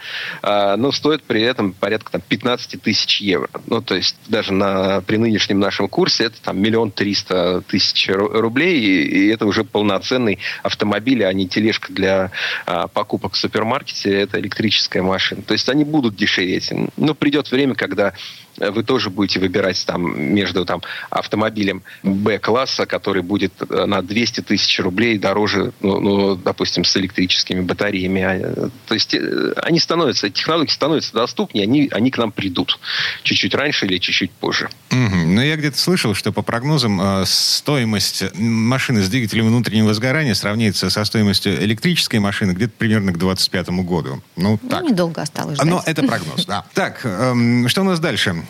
Speaker 11: но стоит при этом порядка там, пятнадцать тысяч евро. Ну, то есть даже на, при нынешнем нашем курсе это там миллион триста тысяч рублей, и, и это уже полноценный автомобиль, а не тележка для а, покупок в супермаркете, это электрическая машина. То есть они будут дешеветь. Но придет время, когда вы тоже будете выбирать там, между там, автомобилем Б-класса, который будет на двести тысяч рублей дороже, ну, ну, допустим, с электрическими батареями. То есть они становятся, технологии становятся доступнее, они, они к нам придут. Чуть-чуть раньше или чуть-чуть позже.
Speaker 2: Угу. Ну, я где-то слышал, что по прогнозам стоимость машины с двигателем внутреннего сгорания сравнится со стоимостью электрической машины где-то примерно к двадцать пятому году. Ну, так.
Speaker 3: Ну, недолго осталось ждать.
Speaker 2: Но это прогноз, да. Так, что у нас дальше?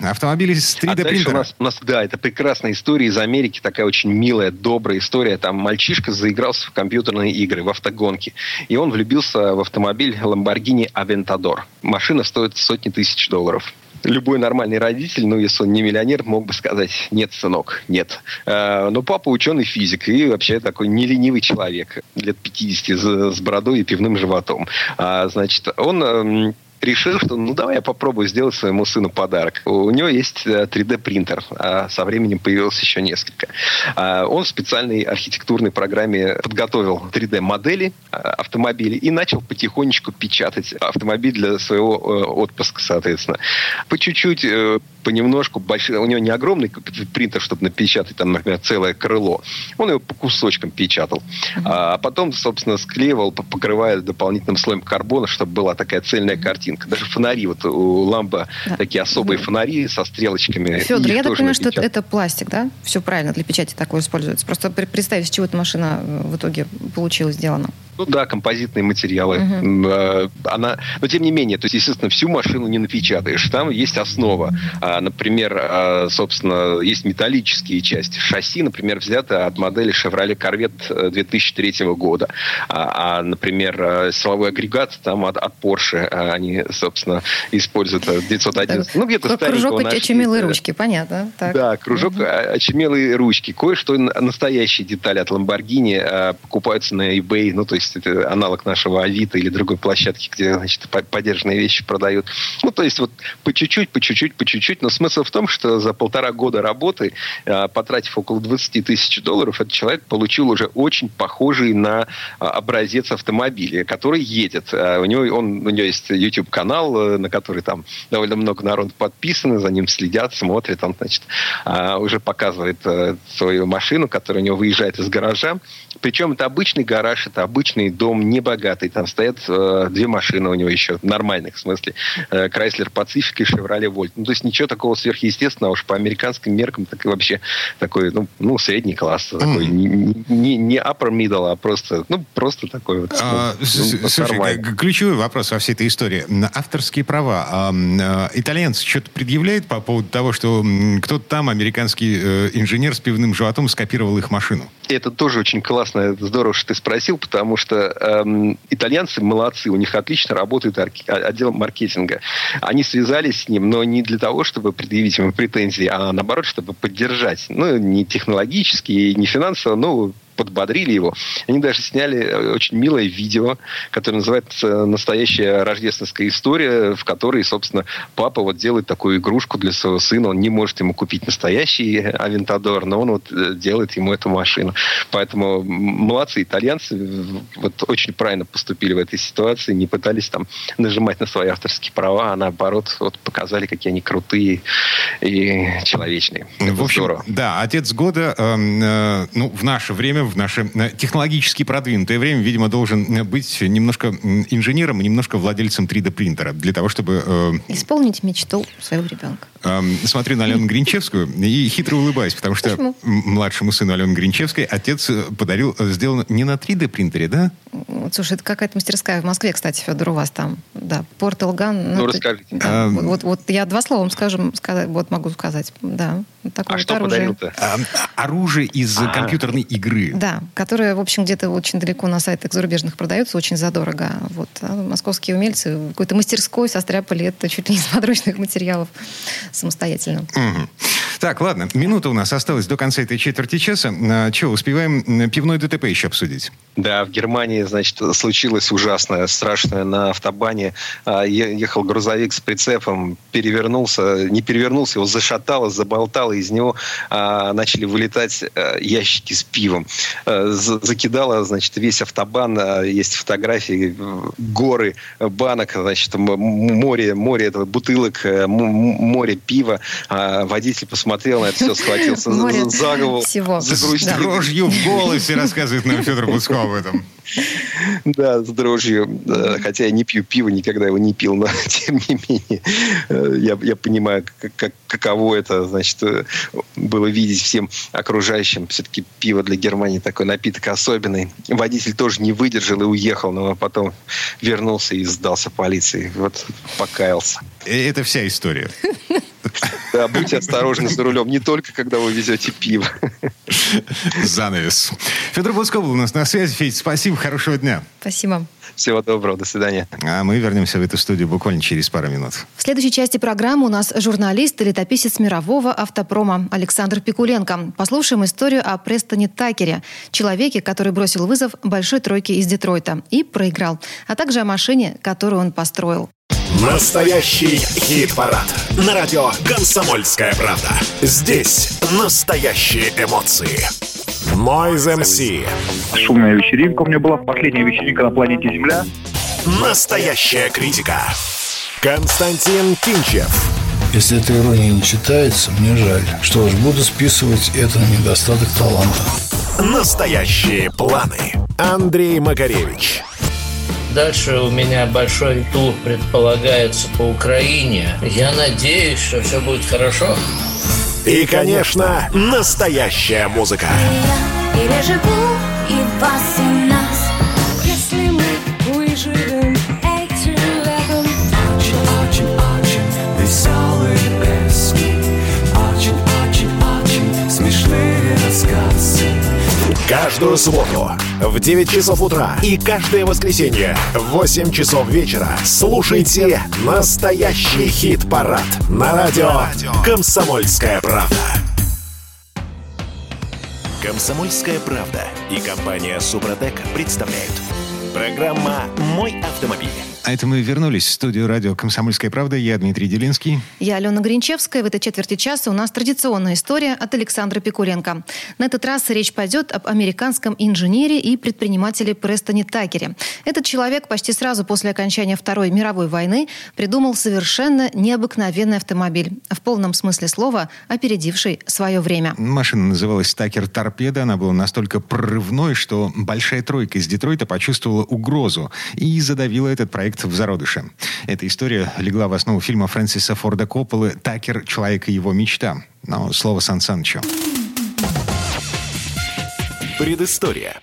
Speaker 2: Автомобили с три дэ принтера.
Speaker 11: У нас, у нас, да, это прекрасная история из Америки, такая очень милая, добрая история. Там мальчишка заигрался в компьютерные игры, в автогонки. И он влюбился в автомобиль Lamborghini Aventador. Машина стоит сотни тысяч долларов. Любой нормальный родитель, ну, если он не миллионер, мог бы сказать: нет, сынок, нет. Но папа ученый-физик и вообще такой неленивый человек, лет пятидесяти, с бородой и пивным животом. Значит, он решил, что ну давай я попробую сделать своему сыну подарок. У него есть три дэ принтер, а со временем появилось еще несколько. Он в специальной архитектурной программе подготовил три дэ модели автомобилей и начал потихонечку печатать автомобиль для своего отпуска, соответственно. По чуть-чуть, понемножку, большой, у него не огромный принтер, чтобы напечатать, там, например, целое крыло. Он его по кусочкам печатал. Mm-hmm. А потом, собственно, склеивал, покрывая дополнительным слоем карбона, чтобы была такая цельная картинка. Даже фонари, вот у Ламбо да. такие особые mm-hmm. фонари со стрелочками.
Speaker 3: Федор, я так понимаю, что это, это пластик, да? Все правильно, для печати такое используется. Просто представь, с чего эта машина в итоге получилась сделана.
Speaker 11: Ну да, композитные материалы. Uh-huh. Она, но тем не менее, то есть, естественно, всю машину не напечатаешь. Там есть основа. Например, собственно, есть металлические части. Шасси, например, взято от модели Chevrolet Corvette две тысячи третьего года. А, а например, силовой агрегат там от, от Porsche они, собственно, используют девятьсот одиннадцать. Ну, где-то
Speaker 3: кружок очумелые ручки, понятно. Так.
Speaker 11: Да, кружок uh-huh. очумелые ручки. Кое-что настоящие детали от Lamborghini покупаются на eBay, ну, то есть это аналог нашего Авито или другой площадки, где, значит, подержанные вещи продают. Ну, то есть вот по чуть-чуть, по чуть-чуть, по чуть-чуть. Но смысл в том, что за полтора года работы, потратив около двадцать тысяч долларов, этот человек получил уже очень похожий на образец автомобиля, который едет. У него, он, у него есть YouTube-канал, на который там довольно много народу подписано, за ним следят, смотрят. Он, значит, уже показывает свою машину, которая у него выезжает из гаража. Причем это обычный гараж, это обычный дом, небогатый. Там стоят э, две машины у него еще, нормальных, в смысле. Э, Chrysler Pacifica и Chevrolet Volt. Ну, то есть ничего такого сверхъестественного, уж по американским меркам, так и вообще такой, ну, ну средний класс. Mm. Такой, не, не, не upper middle, а просто, ну, просто такой вот. А, ну,
Speaker 2: слушай, нормальный. Ключевой вопрос во всей этой истории. Авторские права. А, а, итальянцы что-то предъявляют по поводу того, что кто-то там, американский э, инженер с пивным животом, скопировал их машину?
Speaker 11: Это тоже очень классно, здорово, что ты спросил, потому что эм, итальянцы молодцы, у них отлично работает арки- отдел маркетинга. Они связались с ним, но не для того, чтобы предъявить ему претензии, а наоборот, чтобы поддержать. Ну, не технологически, не финансово, но подбодрили его. Они даже сняли очень милое видео, которое называется «Настоящая рождественская история», в которой, собственно, папа вот делает такую игрушку для своего сына. Он не может ему купить настоящий Авентадор, но он вот делает ему эту машину. Поэтому молодцы итальянцы, вот очень правильно поступили в этой ситуации, не пытались там нажимать на свои авторские права, а наоборот вот показали, какие они крутые и человечные.
Speaker 2: В общем, здорово. Да, отец года, э, э, ну, в наше время, в наше технологически продвинутое время, видимо, должен быть немножко инженером и немножко владельцем три дэ принтера для того, чтобы... Э,
Speaker 3: исполнить мечту своего ребенка.
Speaker 2: Э, смотрю на Алену Гринчевскую и хитро улыбаюсь, потому что Почему? младшему сыну Алены Гринчевской отец подарил, сделано не на три дэ принтере, да?
Speaker 3: Слушай, это какая-то мастерская в Москве, кстати, Федор, у вас там. Да, Порталган.
Speaker 11: Ну, расскажите.
Speaker 3: Да, а, вот, вот я два слова скажем, сказать, вот могу сказать. Да, такое
Speaker 11: а
Speaker 3: вот
Speaker 11: что
Speaker 3: оружие.
Speaker 11: подарил-то?
Speaker 2: А, оружие из А-а-а. компьютерной игры.
Speaker 3: Да, которое, в общем, где-то очень далеко на сайтах зарубежных продается, очень задорого. Вот. А московские умельцы в какой-то мастерской состряпали это чуть ли не из подручных материалов самостоятельно.
Speaker 2: Угу. Так, ладно, минута у нас осталась до конца этой четверти часа. Че, успеваем пивной ДТП еще обсудить?
Speaker 11: Да, в Германии, значит, случилось ужасное, страшное. На автобане ехал грузовик с прицепом, перевернулся, не перевернулся, его зашатало, заболтало, из него начали вылетать ящики с пивом. Закидало, значит, весь автобан, есть фотографии, горы банок, значит, море, море этого бутылок, море пива. Водитель посмотрел на это все, схватился за, за голову,
Speaker 2: загрустил. С дрожью в голосе рассказывает нам Федор Буцко об этом.
Speaker 11: Да, с дрожью. Хотя я не пью пиво, никогда его не пил, но тем не менее я, я понимаю, как, каково это, значит, было видеть всем окружающим. Все-таки пиво для Германии такой напиток особенный. Водитель тоже не выдержал и уехал, но потом вернулся и сдался полиции. Вот покаялся.
Speaker 2: Это вся история.
Speaker 11: Да, будьте осторожны за рулем, не только когда вы везете пиво.
Speaker 2: Занавес. Федор Буцко был у нас на связи. Федь, спасибо, хорошего дня.
Speaker 3: Спасибо.
Speaker 11: Всего доброго, до свидания.
Speaker 2: А мы вернемся в эту студию буквально через пару минут.
Speaker 3: В следующей части программы у нас журналист и летописец мирового автопрома Александр Пикуленко. Послушаем историю о Престоне Такере, человеке, который бросил вызов большой тройке из Детройта и проиграл, а также о машине, которую он построил.
Speaker 1: Настоящий хит-парад. На радио «Комсомольская правда». Здесь настоящие эмоции. Noise эм си.
Speaker 12: Шумная вечеринка у меня была. Последняя вечеринка на планете Земля.
Speaker 1: Настоящая критика. Константин Кинчев.
Speaker 13: Если эта ирония не читается, мне жаль. Что ж, буду списывать это на недостаток таланта.
Speaker 1: Настоящие планы. Андрей Макаревич.
Speaker 14: Дальше у меня большой тур предполагается по Украине. Я надеюсь, что все будет хорошо.
Speaker 1: И, конечно, настоящая музыка.
Speaker 15: Я живу и вас, и нас. Если мы выживем эти летом.
Speaker 16: Очень-очень-очень веселые песни. Очень-очень-очень смешные рассказы.
Speaker 1: Каждую субботу в девять часов утра и каждое воскресенье в восемь часов вечера слушайте настоящий хит-парад на радио «Комсомольская правда». «Комсомольская правда» и компания «Супротек» представляют. Программа «Мой автомобиль».
Speaker 2: А это мы вернулись в студию радио «Комсомольская правда». Я Дмитрий Делинский.
Speaker 3: Я Алена Гринчевская. В этой четверти часа у нас традиционная история от Александра Пикуленко. На этот раз речь пойдет об американском инженере и предпринимателе Престоне Такере. Этот человек почти сразу после окончания Второй мировой войны придумал совершенно необыкновенный автомобиль. В полном смысле слова опередивший свое время.
Speaker 2: Машина называлась «Такер Торпеда». Она была настолько прорывной, что большая тройка из Детройта почувствовала угрозу и задавила этот проект в зародыше. Эта история легла в основу фильма Фрэнсиса Форда Копполы «Такер. Человек и его мечта». Но слово Сан Санычу.
Speaker 1: Предыстория.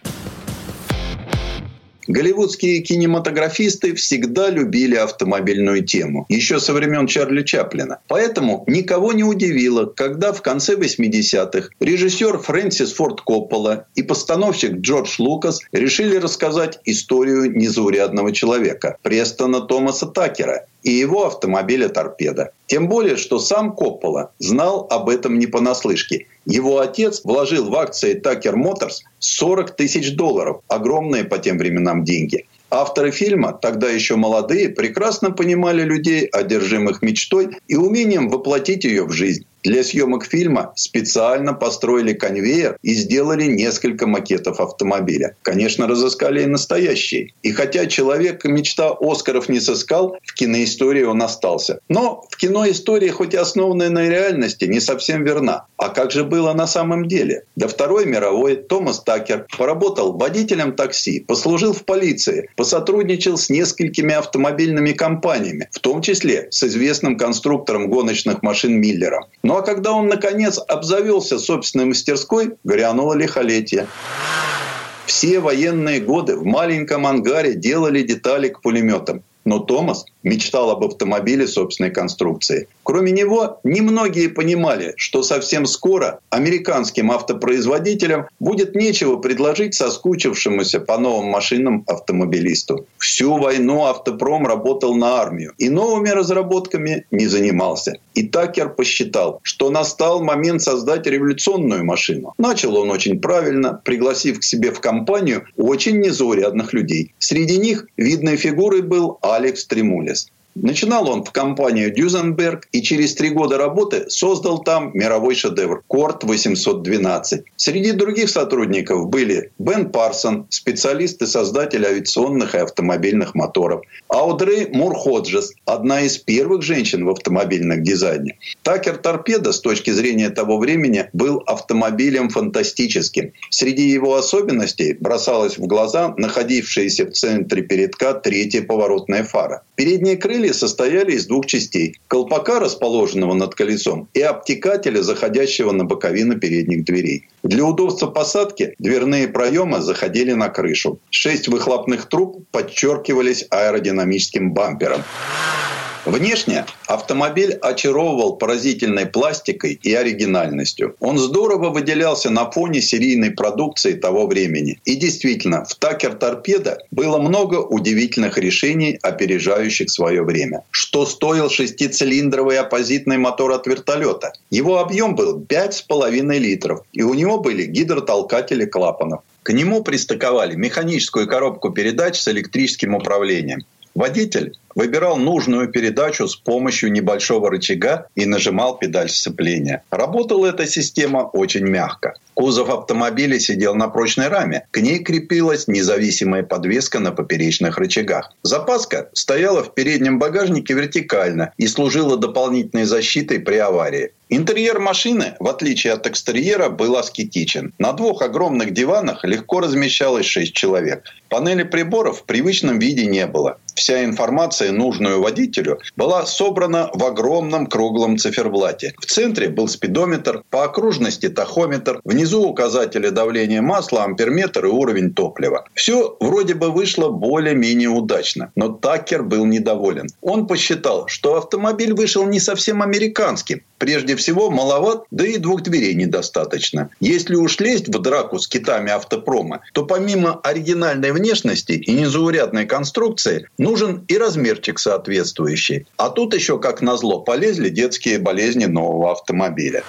Speaker 17: Голливудские кинематографисты всегда любили автомобильную тему, еще со времен Чарли Чаплина. Поэтому никого не удивило, когда в конце восьмидесятых режиссер Фрэнсис Форд Коппола и постановщик Джордж Лукас решили рассказать историю незаурядного человека – Престона Томаса Такера и его автомобиля «Торпеда». Тем более, что сам Коппола знал об этом не понаслышке. Его отец вложил в акции Такер Моторс сорок тысяч долларов. Огромные по тем временам деньги. Авторы фильма, тогда еще молодые, прекрасно понимали людей, одержимых мечтой и умением воплотить ее в жизнь. Для съемок фильма специально построили конвейер и сделали несколько макетов автомобиля. Конечно, разыскали и настоящие. И хотя человек мечта Оскаров не сыскал, в киноистории он остался. Но в кино история, хоть и основанная на реальности, не совсем верна. А как же было на самом деле? До Второй мировой Томас Такер поработал водителем такси, послужил в полиции, посотрудничал с несколькими автомобильными компаниями, в том числе с известным конструктором гоночных машин Миллером. Ну а когда он, наконец, обзавелся собственной мастерской, грянуло лихолетие. Все военные годы в маленьком ангаре делали детали к пулеметам. Но Томас мечтал об автомобиле собственной конструкции. Кроме него, немногие понимали, что совсем скоро американским автопроизводителям будет нечего предложить соскучившемуся по новым машинам автомобилисту. Всю войну автопром работал на армию и новыми разработками не занимался. И Такер посчитал, что настал момент создать революционную машину. Начал он очень правильно, пригласив к себе в компанию очень незаурядных людей. Среди них видной фигурой был Алекс Тремулес. Начинал он в компанию Дюзенберг и через три года работы создал там мировой шедевр Корт восемьсот двенадцать. Среди других сотрудников были Бен Парсон, специалист и создатель авиационных и автомобильных моторов, Аудре Мур-Ходжес, одна из первых женщин в автомобильном дизайне. Такер Торпеда с точки зрения того времени был автомобилем фантастическим. Среди его особенностей бросалась в глаза находившаяся в центре передка третья поворотная фара. Передние крылья состояли из двух частей – колпака, расположенного над колесом, и обтекателя, заходящего на боковины передних дверей. Для удобства посадки дверные проемы заходили на крышу. Шесть выхлопных труб подчеркивались аэродинамическим бампером. Внешне автомобиль очаровывал поразительной пластикой и оригинальностью. Он здорово выделялся на фоне серийной продукции того времени. И действительно, в Такер Торпедо было много удивительных решений, опережающих свое время. Что стоил шестицилиндровый оппозитный мотор от вертолета? Его объем был пять с половиной литров, и у него были гидротолкатели клапанов. К нему пристыковали механическую коробку передач с электрическим управлением. Водитель выбирал нужную передачу с помощью небольшого рычага и нажимал педаль сцепления. Работала эта система очень мягко. Кузов автомобиля сидел на прочной раме. К ней крепилась независимая подвеска на поперечных рычагах. Запаска стояла в переднем багажнике вертикально и служила дополнительной защитой при аварии. Интерьер машины, в отличие от экстерьера, был аскетичен. На двух огромных диванах легко размещалось шесть человек. Панели приборов в привычном виде не было. Вся информация, нужная водителю, была собрана в огромном круглом циферблате. В центре был спидометр, по окружности тахометр, внизу указатели давления масла, амперметр и уровень топлива. Все вроде бы вышло более-менее удачно, но Такер был недоволен. Он посчитал, что автомобиль вышел не совсем американским. Прежде всего, маловат, да и двух дверей недостаточно. Если уж лезть в драку с китами автопрома, то помимо оригинальной внешности и незаурядной конструкции, нужен и размерчик соответствующий. А тут еще, как назло, полезли детские болезни нового автомобиля.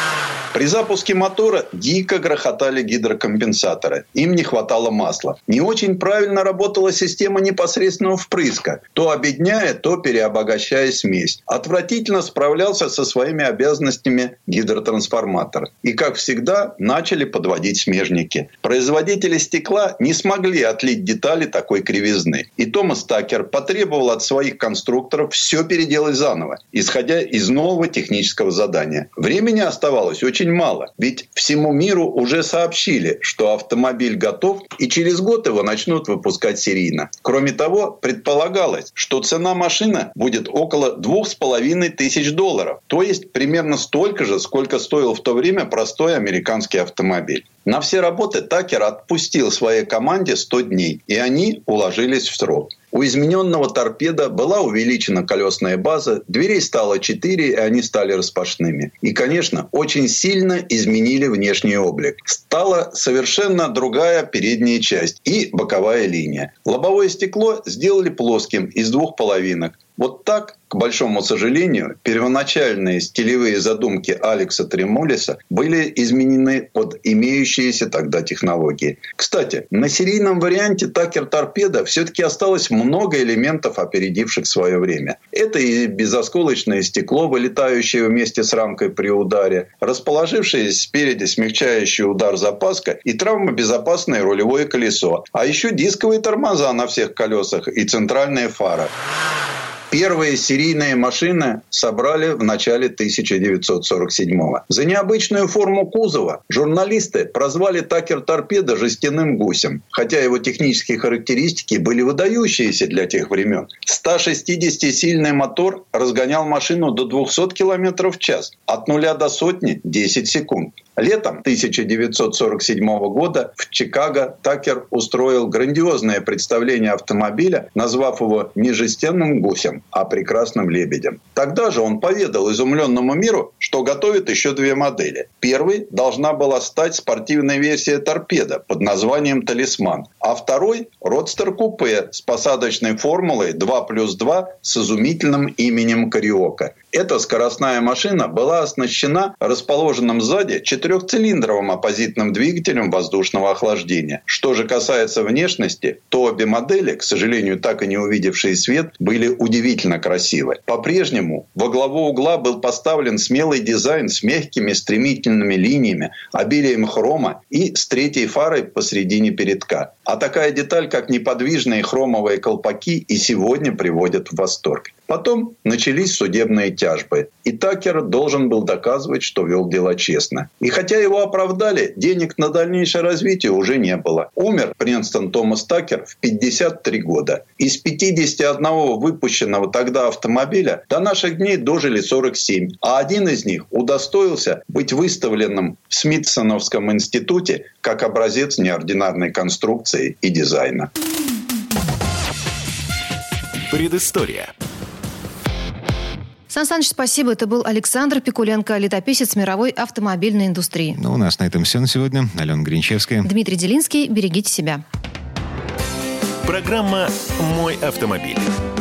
Speaker 17: При запуске мотора дико грохотали гидрокомпенсаторы. Им не хватало масла. Не очень правильно работала система непосредственного впрыска, то обедняя, то переобогащая смесь. Отвратительно справлялся со своими обязанностями гидротрансформатор. И, как всегда, начали подводить смежники. Производители стекла не смогли отлить детали такой кривизны. И Томас Такер потребовал от своих конструкторов все переделать заново, исходя из нового технического задания. Времени оставалось очень мало, ведь всему миру уже сообщили, что автомобиль готов, и через год его начнут выпускать серийно. Кроме того, предполагалось, что цена машины будет около двух с половиной тысяч долларов, то есть примерно столько же, сколько стоил в то время простой американский автомобиль. На все работы Такер отпустил своей команде сто дней, и они уложились в срок. У измененного торпеда была увеличена колесная база, дверей стало четыре, и они стали распашными. И, конечно, очень сильно изменили внешний облик. Стала совершенно другая передняя часть и боковая линия. Лобовое стекло сделали плоским из двух половинок. Вот так, к большому сожалению, первоначальные стилевые задумки Алекса Тремолиса были изменены под имеющиеся тогда технологии. Кстати, на серийном варианте Такер Торпедо все-таки осталось много элементов, опередивших свое время. Это и безосколочное стекло, вылетающее вместе с рамкой при ударе, расположившееся спереди смягчающий удар запаска и травмобезопасное рулевое колесо, а еще дисковые тормоза на всех колесах и центральная фара. Первые серийные машины собрали в начале тысяча девятьсот сорок седьмого. За необычную форму кузова журналисты прозвали Такер Торпедо жестяным гусем, хотя его технические характеристики были выдающиеся для тех времен. сто шестидесятисильный мотор разгонял машину до двухсот километров в час, от нуля до сотни – десять секунд. Летом тысяча девятьсот сорок седьмого года в Чикаго Такер устроил грандиозное представление автомобиля, назвав его не жестяным гусем, а прекрасным лебедем. Тогда же он поведал изумленному миру, что готовит еще две модели. Первой должна была стать спортивная версия торпеда под названием «Талисман», а второй – родстер-купе с посадочной формулой два плюс два с изумительным именем «Кариока». Эта скоростная машина была оснащена расположенным сзади четырехцилиндровым оппозитным двигателем воздушного охлаждения. Что же касается внешности, то обе модели, к сожалению, так и не увидевшие свет, были удивительно красивы. По-прежнему во главу угла был поставлен смелый дизайн с мягкими стремительными линиями, обилием хрома и с третьей фарой посредине передка. А такая деталь, как неподвижные хромовые колпаки, и сегодня приводят в восторг. Потом начались судебные тяжбы. И Такер должен был доказывать, что вел дела честно. И хотя его оправдали, денег на дальнейшее развитие уже не было. Умер Пренстон Томас Такер в пятьдесят три года. Из пятидесяти одного выпущенного тогда автомобиля до наших дней дожили сорок семь. А один из них удостоился быть выставленным в Смитсоновском институте как образец неординарной конструкции и дизайна.
Speaker 1: Предыстория.
Speaker 3: Сан Саныч, спасибо. Это был Александр Пикуленко, летописец мировой автомобильной индустрии.
Speaker 2: Ну, у нас на этом все на сегодня. Алена Гринчевская.
Speaker 3: Дмитрий Делинский. Берегите себя.
Speaker 1: Программа «Мой автомобиль».